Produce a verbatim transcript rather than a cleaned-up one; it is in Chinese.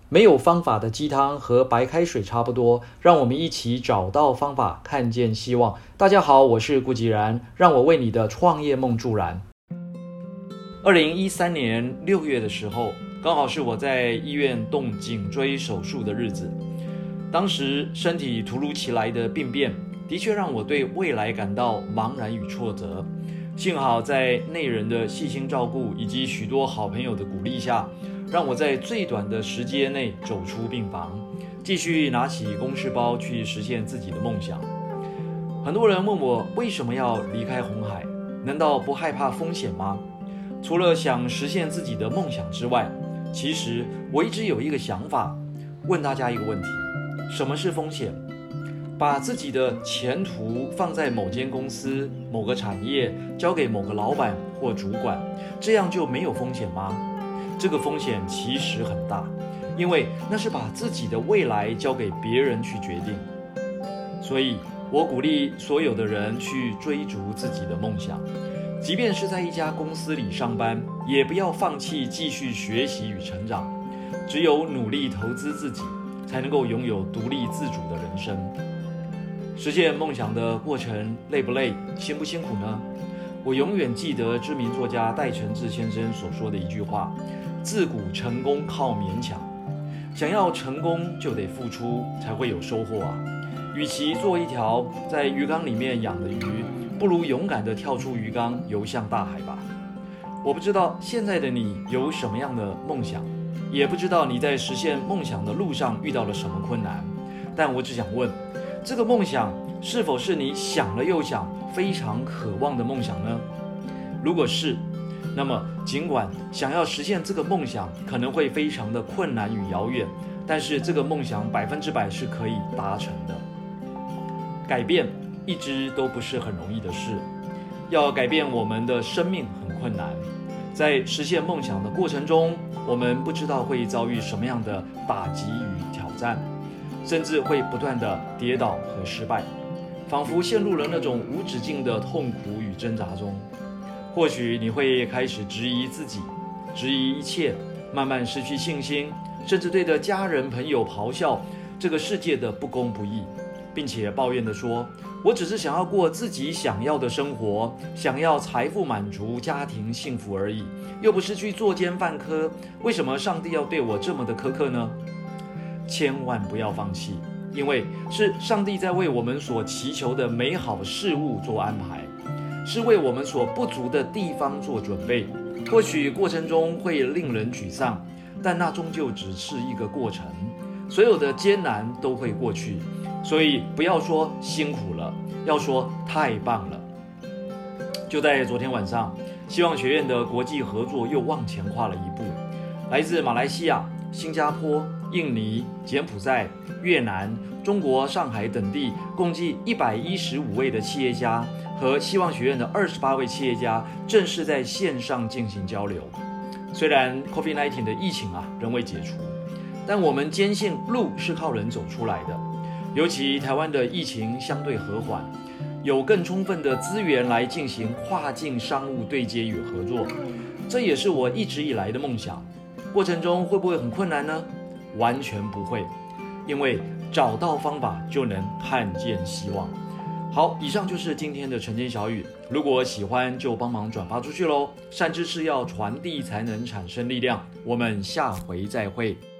没有方法的鸡汤和白开水差不多，让我们一起找到方法，看见希望。大家好，我是顾吉然，让我为你的创业梦助燃。二零一三年六月的时候，刚好是我在医院动颈椎手术的日子。当时身体突如其来的病变，的确让我对未来感到茫然与挫折。幸好在内人的细心照顾以及许多好朋友的鼓励下，让我在最短的时间内走出病房，继续拿起公事包去实现自己的梦想。很多人问我为什么要离开鸿海，难道不害怕风险吗？除了想实现自己的梦想之外，其实我一直有一个想法，问大家一个问题：什么是风险？把自己的前途放在某间公司、某个产业，交给某个老板或主管，这样就没有风险吗？这个风险其实很大，因为那是把自己的未来交给别人去决定。所以我鼓励所有的人去追逐自己的梦想，即便是在一家公司里上班，也不要放弃继续学习与成长。只有努力投资自己，才能够拥有独立自主的人生。实现梦想的过程累不累，辛不辛苦呢？我永远记得知名作家戴承志先生所说的一句话：自古成功靠勉强。想要成功就得付出，才会有收获啊！与其做一条在鱼缸里面养的鱼，不如勇敢地跳出鱼缸，游向大海吧。我不知道现在的你有什么样的梦想，也不知道你在实现梦想的路上遇到了什么困难，但我只想问，这个梦想是否是你想了又想，非常渴望的梦想呢？如果是，那么尽管想要实现这个梦想可能会非常的困难与遥远，但是这个梦想百分之百是可以达成的。改变一直都不是很容易的事，要改变我们的生命很困难。在实现梦想的过程中，我们不知道会遭遇什么样的打击与挑战，甚至会不断的跌倒和失败，仿佛陷入了那种无止境的痛苦与挣扎中。或许你会开始质疑自己，质疑一切，慢慢失去信心，甚至对着家人朋友咆哮这个世界的不公不义，并且抱怨地说：我只是想要过自己想要的生活，想要财富满足，家庭幸福而已，又不是去作奸犯科，为什么上帝要对我这么的苛刻呢？千万不要放弃，因为是上帝在为我们所祈求的美好事物做安排，是为我们所不足的地方做准备。或许过程中会令人沮丧，但那终究只是一个过程，所有的艰难都会过去。所以不要说辛苦了，要说太棒了。就在昨天晚上，希望学院的国际合作又往前跨了一步，来自马来西亚、新加坡、印尼、柬埔寨、越南、中国上海等地共计一百一十五位的企业家和希望学院的二十八位企业家正式在线上进行交流。虽然 COVID 十九 的疫情啊仍未解除，但我们坚信路是靠人走出来的。尤其台湾的疫情相对和缓，有更充分的资源来进行跨境商务对接与合作，这也是我一直以来的梦想。过程中会不会很困难呢？完全不会，因为找到方法就能看见希望。好，以上就是今天的晨间小语，如果喜欢就帮忙转发出去咯。善知识要传递才能产生力量，我们下回再会。